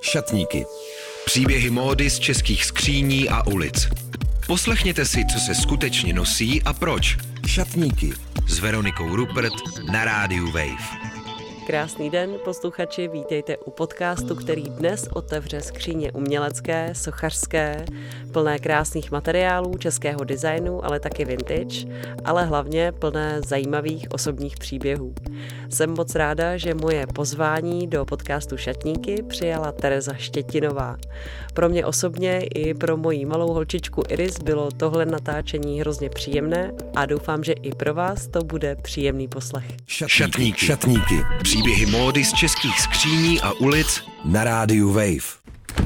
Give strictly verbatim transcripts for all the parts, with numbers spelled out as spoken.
Šatníky. Příběhy módy z českých skříní a ulic. Poslechněte si, co se skutečně nosí a proč. Šatníky. S Veronikou Rupert na rádiu Wave. Krásný den, posluchači, vítejte u podcastu, který dnes otevře skříně umělecké, sochařské, plné krásných materiálů, českého designu, ale taky vintage, ale hlavně plné zajímavých osobních příběhů. Jsem moc ráda, že moje pozvání do podcastu Šatníky přijala Tereza Štětinová. Pro mě osobně i pro moji malou holčičku Iris bylo tohle natáčení hrozně příjemné a doufám, že i pro vás to bude příjemný poslech. Šatníky. Šatníky. Příběhy módy z českých skříní a ulic na rádiu Wave.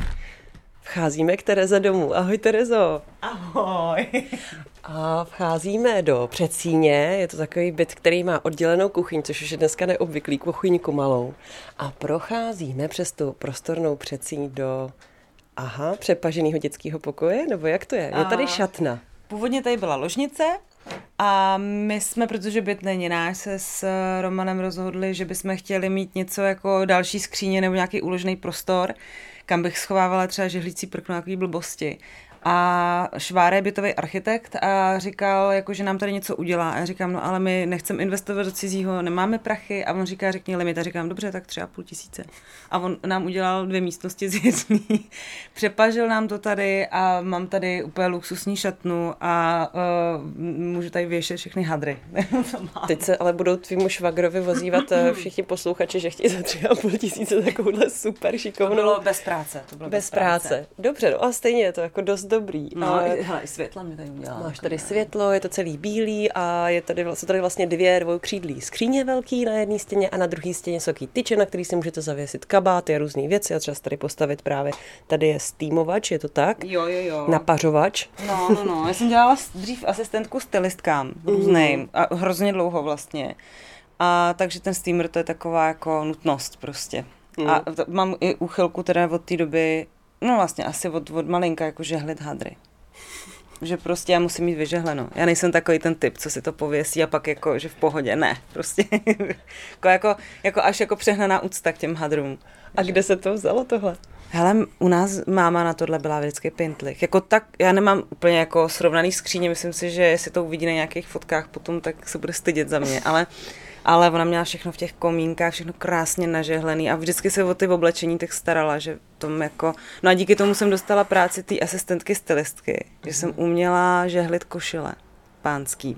Vcházíme k Tereze domů. Ahoj, Terezo. Ahoj. A vcházíme do předsíně. Je to takový byt, který má oddělenou kuchyň, což už je dneska neobvyklý, kuchyňku malou. A procházíme přes tu prostornou předsíň do, aha, přepaženého dětského pokoje? Nebo jak to je? Je tady šatna. Původně tady byla ložnice a my jsme, protože byt není náš, se s Romanem rozhodli, že bychom chtěli mít něco jako další skříně nebo nějaký úložný prostor, kam bych schovávala třeba žehlící prkno, nějaký blbosti. A Švára je bytový architekt a říkal, jako, že nám tady něco udělá. A já říkám, no ale my nechceme investovat do cizího, nemáme prachy. A on říká, řekni limit. A říkám, dobře, tak tři a půl tisíce. A on nám udělal dvě místnosti z jedný. Přepažil nám to tady a mám tady úplně luxusní šatnu a uh, můžu tady věšet všechny hadry. Teď se ale budou tvýmu švagrovi vozívat všichni posluchači, že chtějí za tři a půl tisíce takovouhle super šikovnou. To bylo bez práce. To bylo bez, bez práce. práce. Dobře, no a stejně je to jako dost dobrý. No, ale hele, i světla mi tady udělala. Máš tady světlo, je to celý bílý a je tady, jsou tady vlastně dvě dvoukřídlí skříně velký na jedné stěně a na druhé stěně jsou tyče, na který si můžete zavěsit kabáty a různé věci a třeba tady postavit právě, tady je steamovač, je to tak? Jo, jo, jo. Napařovač. No, no, no, já jsem dělala dřív asistentku stylistkám různým a hrozně dlouho vlastně. A takže ten steamer to je taková jako nutnost prostě. Mm. A to, mám i úchylku teda od té doby, no vlastně asi od, od malinka jako žehlit hadry. Že prostě já musím mít vyžehleno. Já nejsem takový ten typ, co si to pověsí a pak jako, že v pohodě. Ne, prostě jako, jako, jako až jako přehnaná úcta k těm hadrům. A kde se to vzalo tohle? Hele, u nás máma na tohle byla vždycky pintlich. Jako tak, já nemám úplně jako srovnaný skříně, myslím si, že jestli to uvidí na nějakých fotkách potom, tak se bude stydět za mě, ale ale ona měla všechno v těch komínkách, všechno krásně nažehlený a vždycky se o ty oblečení tak starala, že tom jako, no a díky tomu jsem dostala práci té asistentky stylistky, mm. že jsem uměla žehlit košile pánský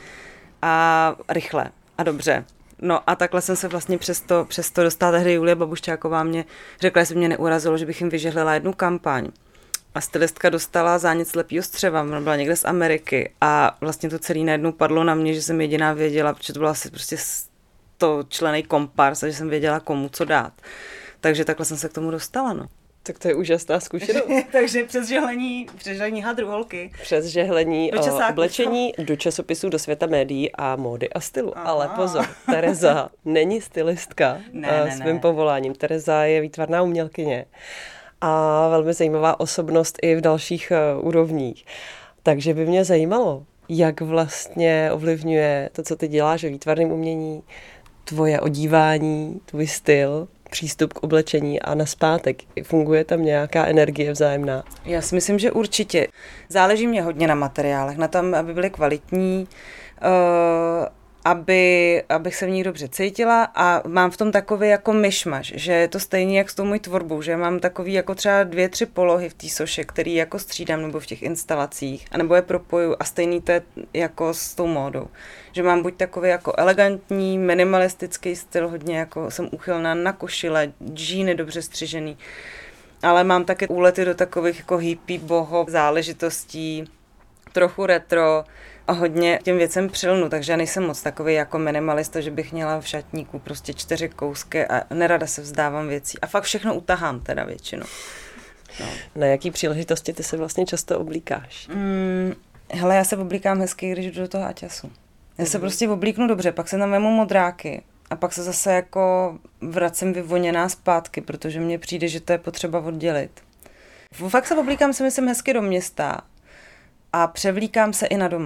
a rychle a dobře. No a takhle jsem se vlastně přesto, přesto dostala tehdy Julie Babuščáková mě řekla, že se mě neurazilo, že bych jim vyžehlila jednu kampaň. A stylistka dostala zánět slepýho střeva, ona byla někde z Ameriky a vlastně to celé najednou padlo na mě, že jsem jediná věděla, protože to byla asi prostě stočlenný kompars a že jsem věděla, komu co dát. Takže takhle jsem se k tomu dostala, no. Tak to je úžasná zkušenost. Takže přes žehlení, přes žehlení hadru holky. Přes žehlení do časáku, oblečení do časopisů, do světa médií a módy a stylu. Aha. Ale pozor, Tereza není stylistka ne, ne, svým ne. povoláním. Tereza je výtvarná umělkyně a velmi zajímavá osobnost i v dalších uh, úrovních. Takže by mě zajímalo, jak vlastně ovlivňuje to, co ty děláš ve výtvarném umění, tvoje odívání, tvůj styl, přístup k oblečení a nazpátek. Funguje tam nějaká energie vzájemná? Já si myslím, že určitě. Záleží mě hodně na materiálech, na tom, aby byly kvalitní, uh, aby, abych se v ní dobře cítila a mám v tom takový jako myšmaš, že je to stejně jak s tou mojí tvorbou, že mám takový jako třeba dvě, tři polohy v té soše, který jako střídám nebo v těch instalacích, anebo je propoju a stejný to je jako s tou módou. Že mám buď takový jako elegantní, minimalistický styl, hodně jako jsem uchylná na košile, džíny dobře střižený, ale mám také úlety do takových jako hippie boho záležitostí, trochu retro, a hodně těm věcem přilnu, takže já nejsem moc takový jako minimalista, že bych měla v šatníku prostě čtyři kousky a nerada se vzdávám věcí. A fakt všechno utahám teda většinou. No. Na jaký příležitosti ty se vlastně často oblíkáš? Mm, hele, já se oblíkám hezky, když jdu do toho aťasu. Já se prostě oblíknu dobře, pak se tam vemu modráky a pak se zase jako vracím vyvoněná zpátky, protože mně přijde, že to je potřeba oddělit. Fakt se oblíkám si myslím hezky do města a převlíkám se i na doma.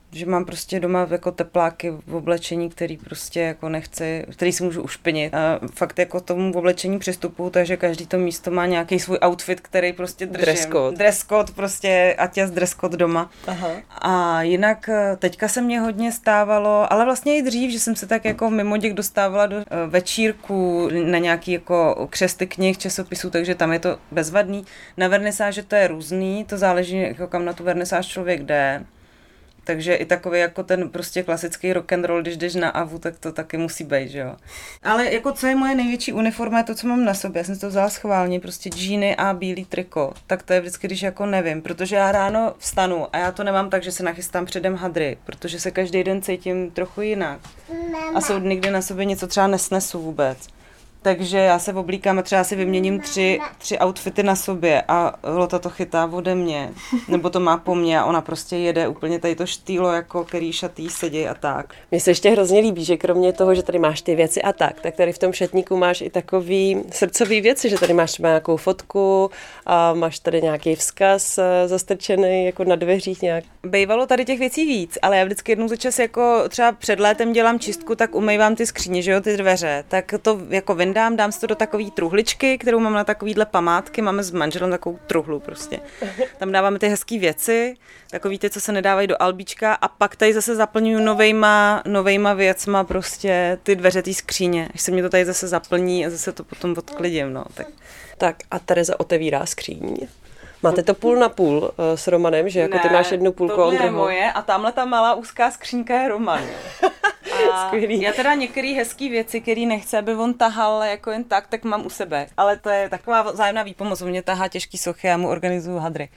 že mám prostě doma jako tepláky v oblečení, který prostě jako nechci, který si můžu ušpinit. A fakt jako tomu oblečení přistupuju, takže každý to místo má nějaký svůj outfit, který prostě držím. Dress code. Dress code prostě, ať je dress code doma. Aha. A jinak teďka se mě hodně stávalo, ale vlastně i dřív, že jsem se tak jako mimo děk dostávala do večírku na nějaký jako křesty knih, časopisů, takže tam je to bezvadný. Na vernisáže to je různý, to záleží, jako kam na tu vernisáž člověk jde. Takže i takový jako ten prostě klasický rock and roll, když jdeš na avu, tak to taky musí být, že jo. Ale jako co je moje největší uniforma, je to, co mám na sobě. Já jsem si to vzala schválně, prostě džíny a bílý triko. Tak to je vždycky, když jako nevím, protože já ráno vstanu a já to nemám tak, že se nachystám předem hadry, protože se každý den cítím trochu jinak. A jsou dny, kdy na sobě něco třeba nesnesu vůbec. Takže já se oblíkám a třeba si vyměním tři, tři outfity na sobě a Lota to chytá ode mě, nebo to má po mně a ona prostě jede úplně tady to štýlo, jako který šatý sedí a tak. Mně se ještě hrozně líbí, že kromě toho, že tady máš ty věci a tak, tak tady v tom šatníku máš i takový srdcový věci, že tady máš třeba nějakou fotku a máš tady nějaký vzkaz zastrčený jako na dveřích nějak. Bejvalo tady těch věcí víc, ale já vždycky jednou za čas jako třeba před létem dělám čistku, tak umývám ty skříně, že jo, ty dveře, tak to jako vyndám, dám si to do takové truhličky, kterou mám na takovýhle památky, máme s manželem takovou truhlu prostě. Tam dáváme ty hezký věci, takový ty, co se nedávají do albíčka a pak tady zase zaplňuju novejma, novejma věcma prostě ty dveře té skříně, až se mi to tady zase zaplní a zase to potom odklidím, no. Tak, tak a Tereza otevírá skříň. Máte to půl na půl uh, s Romanem, že jako ne, ty máš jednu půlku, on druhou. Je moje a tamhle ta malá úzká skřínka je Roman. A já teda některé hezké věci, které nechce, aby on tahal jako jen tak, tak mám u sebe. Ale to je taková vzájemná výpomoc, on mě tahá těžký sochy, já mu organizuju hadry.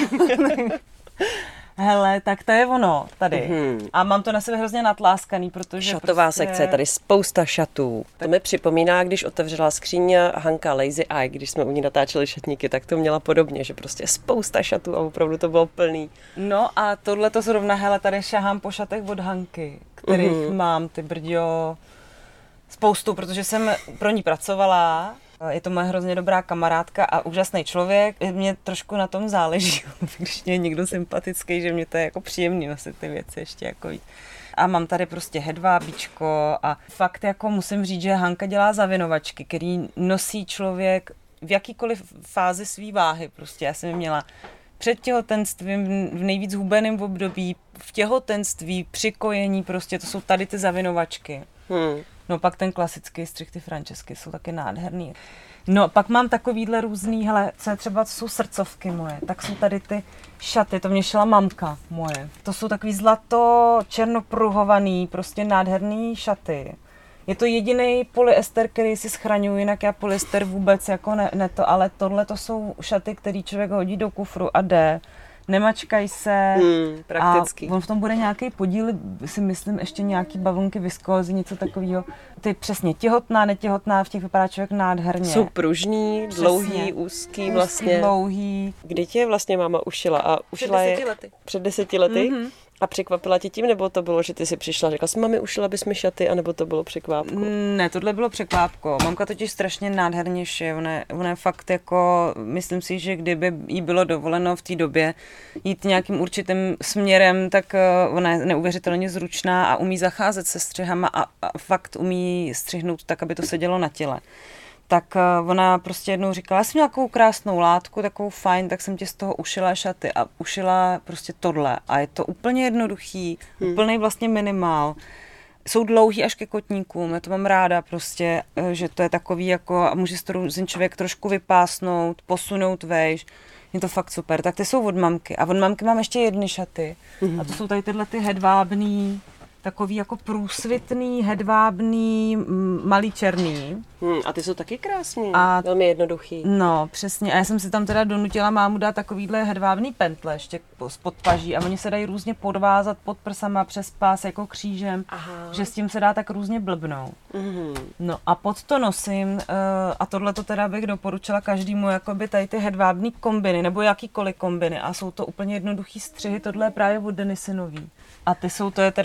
Hele, tak to je ono tady. Mm-hmm. A mám to na sebe hrozně natláskaný, protože šatová prostě... sekce, tady spousta šatů. Tak... To mi připomíná, když otevřela skříň Hanka Lazy Eye, když jsme u ní natáčeli šatníky, tak to měla podobně, že prostě spousta šatů a opravdu to bylo plný. No a tohle to zrovna, hele, tady šahám po šatech od Hanky, kterých mm-hmm. mám, ty brďo, spoustu, protože jsem pro ní pracovala. Je to moje hrozně dobrá kamarádka a úžasný člověk. Mě trošku na tom záleží, když mě je někdo sympatický, že mě to je jako příjemný nosit ty věci ještě jako víc. A mám tady prostě hedvábíčko a fakt jako musím říct, že Hanka dělá zavinovačky, který nosí člověk v jakýkoliv fázi své váhy. Prostě já jsem je měla před těhotenstvím, v nejvíc hubeném období, v těhotenství, při kojení, prostě to jsou tady ty zavinovačky. Hmm. No pak ten klasický střih, ty Francesky jsou taky nádherný. No pak mám takovýhle různý, hele, co je třeba, co jsou srdcovky moje, tak jsou tady ty šaty, to mě šila mamka moje. To jsou takový zlato černopruhovaný, prostě nádherný šaty. Je to jediný polyester, který si schraňuji, jinak já polyester vůbec jako ne, ne to, ale tohle to jsou šaty, který člověk hodí do kufru a jde. Nemačkaj se hmm, prakticky. A on v tom bude nějaký podíl, si myslím, ještě nějaký bavlnky, viskózy, něco takového. Ty přesně těhotná, netěhotná, v těch vypadá člověk nádherně. Jsou pružný, přesně. Dlouhý, úzký vlastně. Úzký, dlouhý. Kdy tě vlastně máma ušila? A ušila před deseti lety. Je před deseti lety? Mm-hmm. A překvapila tě tím, nebo to bylo, že ty si přišla, řekla jsi, mami, ušila bys mi šaty, anebo to bylo překvápko? Ne, tohle bylo překvápko. Mamka totiž strašně nádherně šije. Ona, ona je fakt jako, myslím si, že kdyby jí bylo dovoleno v té době jít nějakým určitým směrem, tak ona je neuvěřitelně zručná a umí zacházet se střihama a, a fakt umí střihnout tak, aby to sedělo na těle. Tak ona prostě jednou říkala, já jsem měla takovou krásnou látku, takovou fajn, tak jsem ti z toho ušila šaty a ušila prostě tohle. A je to úplně jednoduchý, hmm. úplný vlastně minimál. Jsou dlouhý až ke kotníkům, já to mám ráda prostě, že to je takový jako, a může se to ten člověk trošku vypásnout, posunout vejš. Je to fakt super. Tak ty jsou od mamky. A od mamky mám ještě jedny šaty. Hmm. A to jsou tady tyhle ty hedvábný, takový jako průsvitný, hedvábný, malý černý. Hmm, a ty jsou taky krásný, a, velmi jednoduchý. No, přesně. A já jsem si tam teda donutila mámu dát takovýhle hedvábný pentle ještě z podpaží a oni se dají různě podvázat pod prsama přes pás jako křížem, aha. že s tím se dá tak různě blbnout. Mm-hmm. No a pod to nosím uh, a tohle to teda bych doporučila každému, jakoby tady ty hedvábný kombiny nebo jakýkoliv kombiny a jsou to úplně jednoduchý střihy, tohle je právě od Denisonový. A ty jsou, to je teda opravdu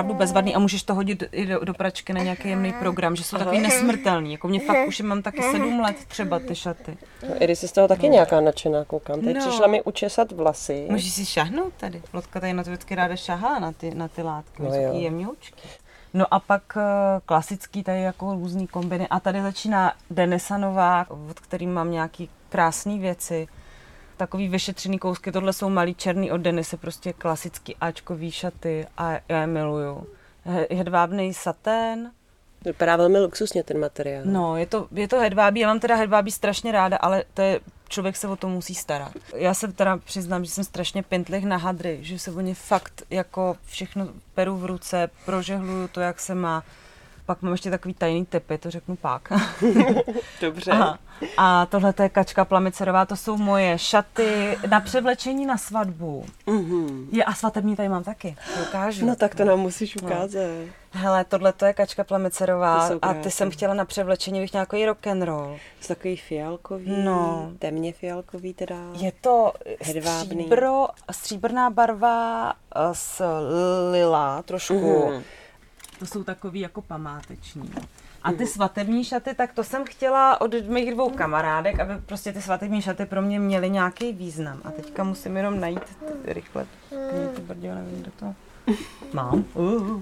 opravdu bezvadný a můžeš to hodit i do, do pračky na nějaký jemný program, že jsou takový nesmrtelný. Jako mě fakt už mám taky sedm let třeba ty šaty. No, Iris je z toho taky no. nějaká nadšená, koukám. Teď no. přišla mi učesat vlasy. Můžeš si šahnout tady. Lotka tady na to vždycky ráda šahá na ty, na ty látky, no jsou jemňoučky. No a pak klasický tady jako různý kombiny. A tady začíná Denisa Novák, od kterým mám nějaký krásné věci. Takový vyšetřený kousky, tohle jsou malý černý od Denisy, prostě klasický áčkový šaty a já je miluju. Hedvábný satén. Vypadá velmi luxusně ten materiál. No, je to, je to hedvábí, já mám teda hedvábí strašně ráda, ale to je, člověk se o to musí starat. Já se teda přiznám, že jsem strašně pintlich na hadry, že se o ně fakt jako všechno peru v ruce, prožehluju to, jak se má. Pak mám ještě takový tajný tipy, to řeknu pak. Dobře. Aha. A tohle je Kačka Plamicerová, to jsou moje šaty na převlečení na svatbu. Mm-hmm. Je, a svatební tady mám taky, to ukážu. No tak to nám musíš ukázat. No. Hele, tohle je Kačka Plamicerová a ty jsem chtěla na převlečení, bych měla takový rock'n'roll. To takový fialkový, no. temně fialkový teda. Je to hedvábný. Stříbro, stříbrná barva s lila trošku. Mm-hmm. To jsou takový jako památeční. A ty svatební šaty, tak to jsem chtěla od mých dvou kamarádek, aby prostě ty svatební šaty pro mě měly nějaký význam. A teďka musím jenom najít rychle. To brděle, nevím, kde to mám. Uh.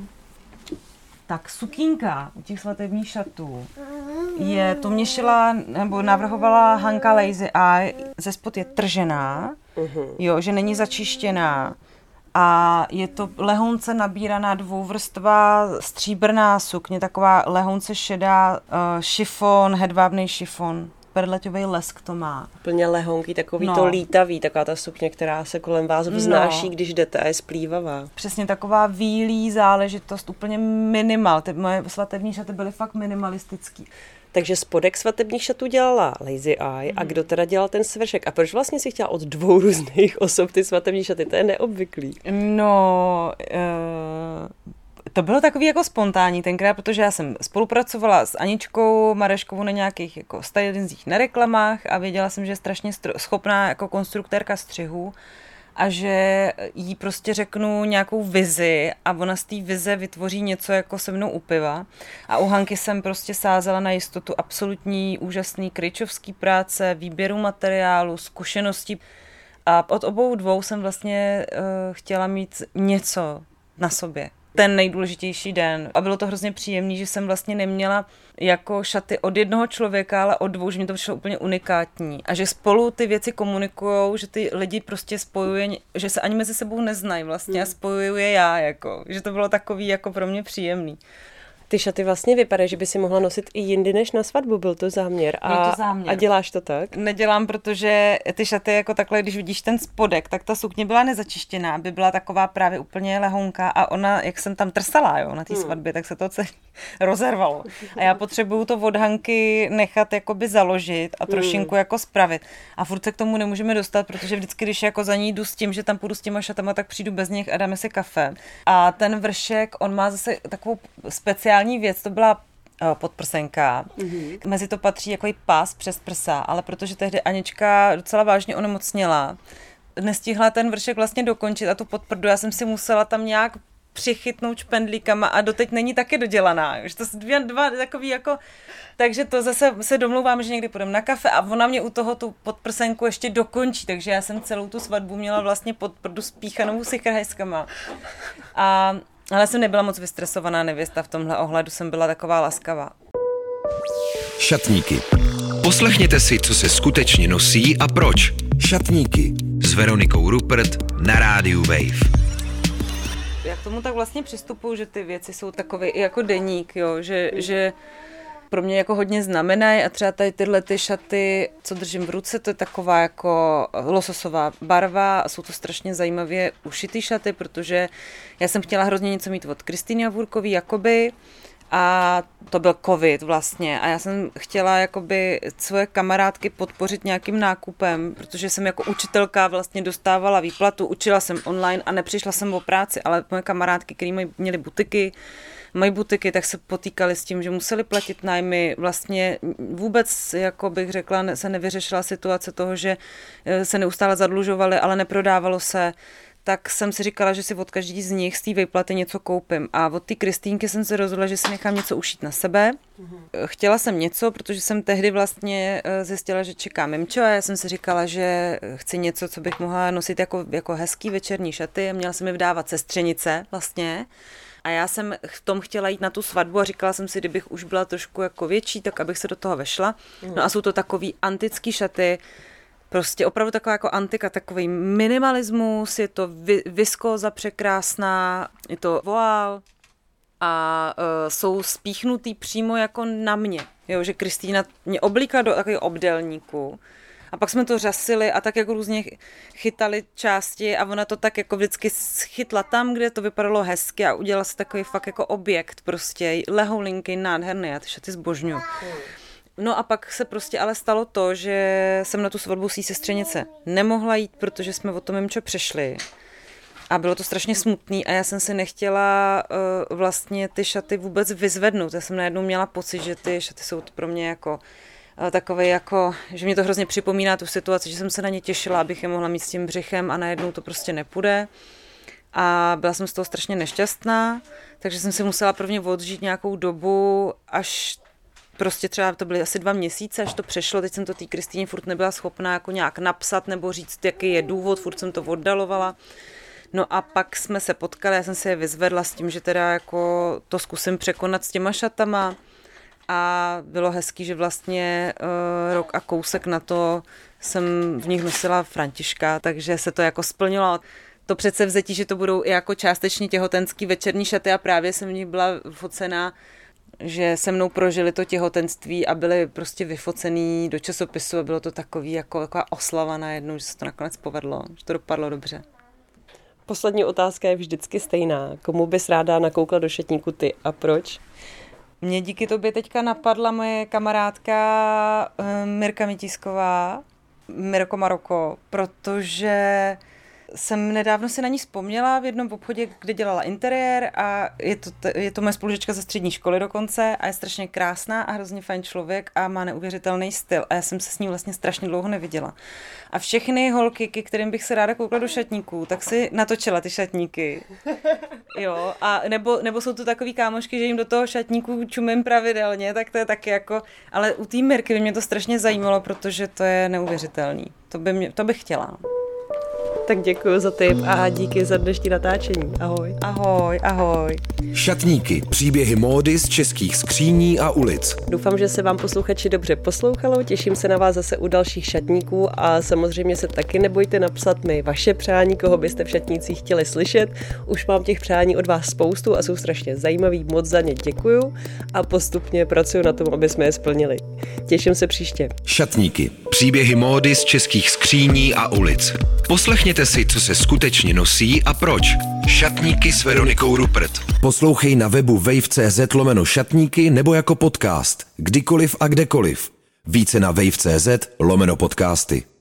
Tak sukínka u těch svatebních šatů je, to mě šila, nebo navrhovala Hanka Lazy Eye, ze spod je tržená, jo, že není začištěná. A je to lehonce nabíraná dvouvrstva stříbrná sukně, taková lehonce šedá uh, šifon, hedvábný šifon. Perleťový lesk to má. Plně lehonký, takový no. to lítavý, taková ta sukně, která se kolem vás vznáší, no. když jdete a je splývavá. Přesně taková výlí záležitost, úplně minimal. Ty moje svatební šaty byly fakt minimalistický. Takže spodek svatebních šatů dělala Lazy Eye. A kdo teda dělal ten svršek? A proč vlastně si chtěla od dvou různých osob ty svatební šaty? To je neobvyklý. No, uh, to bylo takový jako spontánní tenkrát, protože já jsem spolupracovala s Aničkou Mareškovou na nějakých jako stylingích na reklamách a věděla jsem, že je strašně schopná jako konstruktérka střihů. A že jí prostě řeknu nějakou vizi a ona z té vize vytvoří něco jako se mnou u piva. A u Hanky jsem prostě sázela na jistotu absolutní úžasný kryčovský práce, výběru materiálu, zkušeností. A od obou dvou jsem vlastně uh, chtěla mít něco na sobě. Ten nejdůležitější den. A bylo to hrozně příjemný, že jsem vlastně neměla jako šaty od jednoho člověka, ale od dvou, že mi to přišlo úplně unikátní. A že spolu ty věci komunikujou, že ty lidi prostě spojuje, že se ani mezi sebou neznají vlastně a spojuje já, jako. Že to bylo takový jako pro mě příjemný. Ty šaty vlastně vypadají, že by si mohla nosit i jindy než na svatbu, byl to záměr. A, byl to záměr. A děláš to tak? Nedělám, protože ty šaty jako takhle, když vidíš ten spodek, tak ta sukně byla nezačištěná, aby byla taková právě úplně lehonká a ona, jak jsem tam trsala, jo, na té hmm. svatbě, tak se to celé rozervalo. A já potřebuju to od Hanky nechat jakoby založit a trošinku hmm. jako spravit. A furt se k tomu nemůžeme dostat, protože vždycky, když jako za ní jdu s tím, že tam půjdu s těma šatama, tak přijdu bez nich a dáme si kafe. A ten vršek, on má zase takovou speciální věc, to byla uh, podprsenka. Mm-hmm. Mezi to patří jako i pás přes prsa, ale protože tehdy Anička docela vážně onemocněla, nestihla ten vršek vlastně dokončit a tu podprdu, já jsem si musela tam nějak přichytnout špendlíkama a doteď není taky dodělaná. Že to jsou dva, dva takový jako... Takže to zase se domlouváme, že někdy půjdeme na kafe a ona mě u toho tu podprsenku ještě dokončí, takže já jsem celou tu svatbu měla vlastně podprdu spíchanou sykrhajskama. A ale jsem nebyla moc vystresovaná nevěsta, v tomhle ohledu jsem byla taková laskavá. Šatníky. Poslechněte si, co se skutečně nosí a proč. Šatníky s Veronikou Rupert na rádiu Wave. Já k tomu tak vlastně přistupuju, že ty věci jsou takové i jako deník, jo, že, že pro mě jako hodně znamenají a třeba tady tyhle ty šaty, co držím v ruce, to je taková jako lososová barva a jsou to strašně zajímavě ušitý šaty, protože já jsem chtěla hrozně něco mít od Kristýny Javůrkový, jakoby, a to byl covid vlastně a já jsem chtěla jakoby svoje kamarádky podpořit nějakým nákupem, protože jsem jako učitelka vlastně dostávala výplatu, učila jsem online a nepřišla jsem o práci, ale moje kamarádky, které měly butiky, mají butiky, tak se potýkali s tím, že museli platit nájmy. Vlastně vůbec, jako bych řekla, se nevyřešila situace toho, že se neustále zadlužovali, ale neprodávalo se. tak jsem si říkala, že si od každý z nich z té výplaty něco koupím. A od té Kristýnky jsem se rozhodla, že si nechám něco ušít na sebe. Mm-hmm. Chtěla jsem něco, protože jsem tehdy vlastně zjistila, že čeká mimčo a já jsem si říkala, že chci něco, co bych mohla nosit jako, jako hezký večerní šaty. Měla jsem mi vdávat sestřenice vlastně. A já jsem v tom chtěla jít na tu svatbu a říkala jsem si, kdybych už byla trošku jako větší, tak abych se do toho vešla. Mm. No a jsou to takový antický šaty, prostě opravdu taková jako antika, takový minimalismus, je to vi- viskóza překrásná, je to voál a uh, jsou spíchnutý přímo jako na mě. Jo, že Kristýna mě oblíkla do takového obdelníku. A pak jsme to řasili a tak jako různě chytali části a ona to tak jako vždycky chytla tam, kde to vypadalo hezky a udělala se takový fakt jako objekt prostě, lehoulinky, nádherný, já ty šaty zbožňuju. No a pak se prostě ale stalo to, že jsem na tu svatbu svý sestřenice nemohla jít, protože jsme o tom mimčo přešli. A bylo to strašně smutný a já jsem si nechtěla uh, vlastně ty šaty vůbec vyzvednout. Já jsem najednou měla pocit, že ty šaty jsou pro mě jako takové jako, že mě to hrozně připomíná tu situaci, že jsem se na ně těšila, abych je mohla mít s tím břichem a najednou to prostě nepůjde. A byla jsem z toho strašně nešťastná, takže jsem si musela prvně odžít nějakou dobu, až prostě třeba to byly asi dva měsíce, až to přešlo, teď jsem to té Kristýně furt nebyla schopná jako nějak napsat nebo říct, jaký je důvod, furt jsem to oddalovala. No a pak jsme se potkali, já jsem se je vyzvedla s tím, že teda jako to zkusím překonat s těma šatama. A bylo hezký, že vlastně uh, rok a kousek na to jsem v nich nosila Františka, takže se to jako splnilo. To předsevzetí, že to budou i jako částečně těhotenský večerní šaty a právě jsem v nich byla focená, že se mnou prožili to těhotenství a byli prostě vyfocený do časopisu a bylo to takový jako taková oslava najednou, že se to nakonec povedlo, že to dopadlo dobře. Poslední otázka je vždycky stejná. Komu bys ráda nakoukla do šatníku ty a proč? Mě díky tobě teďka napadla moje kamarádka Mirka Mitisková, Mirko Maroko, protože jsem nedávno si na ní vzpomněla v jednom obchodě, kde dělala interiér a je to, je to moje spolužečka ze střední školy dokonce a je strašně krásná a hrozně fajn člověk a má neuvěřitelný styl a já jsem se s ní vlastně strašně dlouho neviděla. A všechny holky, ke kterým bych se ráda koukla do šatníků, tak si natočila ty šatníky. Jo, a nebo, nebo jsou to takový kámošky, že jim do toho šatníku čumím pravidelně, tak to je taky jako, ale u té Mirky by mě to strašně zajímalo, protože to je neuvěřitelný. To, by mě, to bych chtěla. Tak děkuji za tip a díky za dnešní natáčení. Ahoj. Ahoj, ahoj. Šatníky, příběhy módy z českých skříní a ulic. Doufám, že se vám posluchači dobře poslouchalo, těším se na vás zase u dalších šatníků a samozřejmě se taky nebojte napsat mi vaše přání, koho byste v šatnících chtěli slyšet. Už mám těch přání od vás spoustu a jsou strašně zajímavý, moc za ně děkuju a postupně pracuji na tom, aby jsme je splnili. Těším se příště. Šatníky, příběhy módy z českých skříní a ulic. Poslechněte si, co se skutečně nosí a proč. Šatníky s Veronikou Rupert. Poslouchej na webu wave tečka cz lomeno šatníky nebo jako podcast. Kdykoliv a kdekoliv. Více na wave tečka cz lomeno podcasty.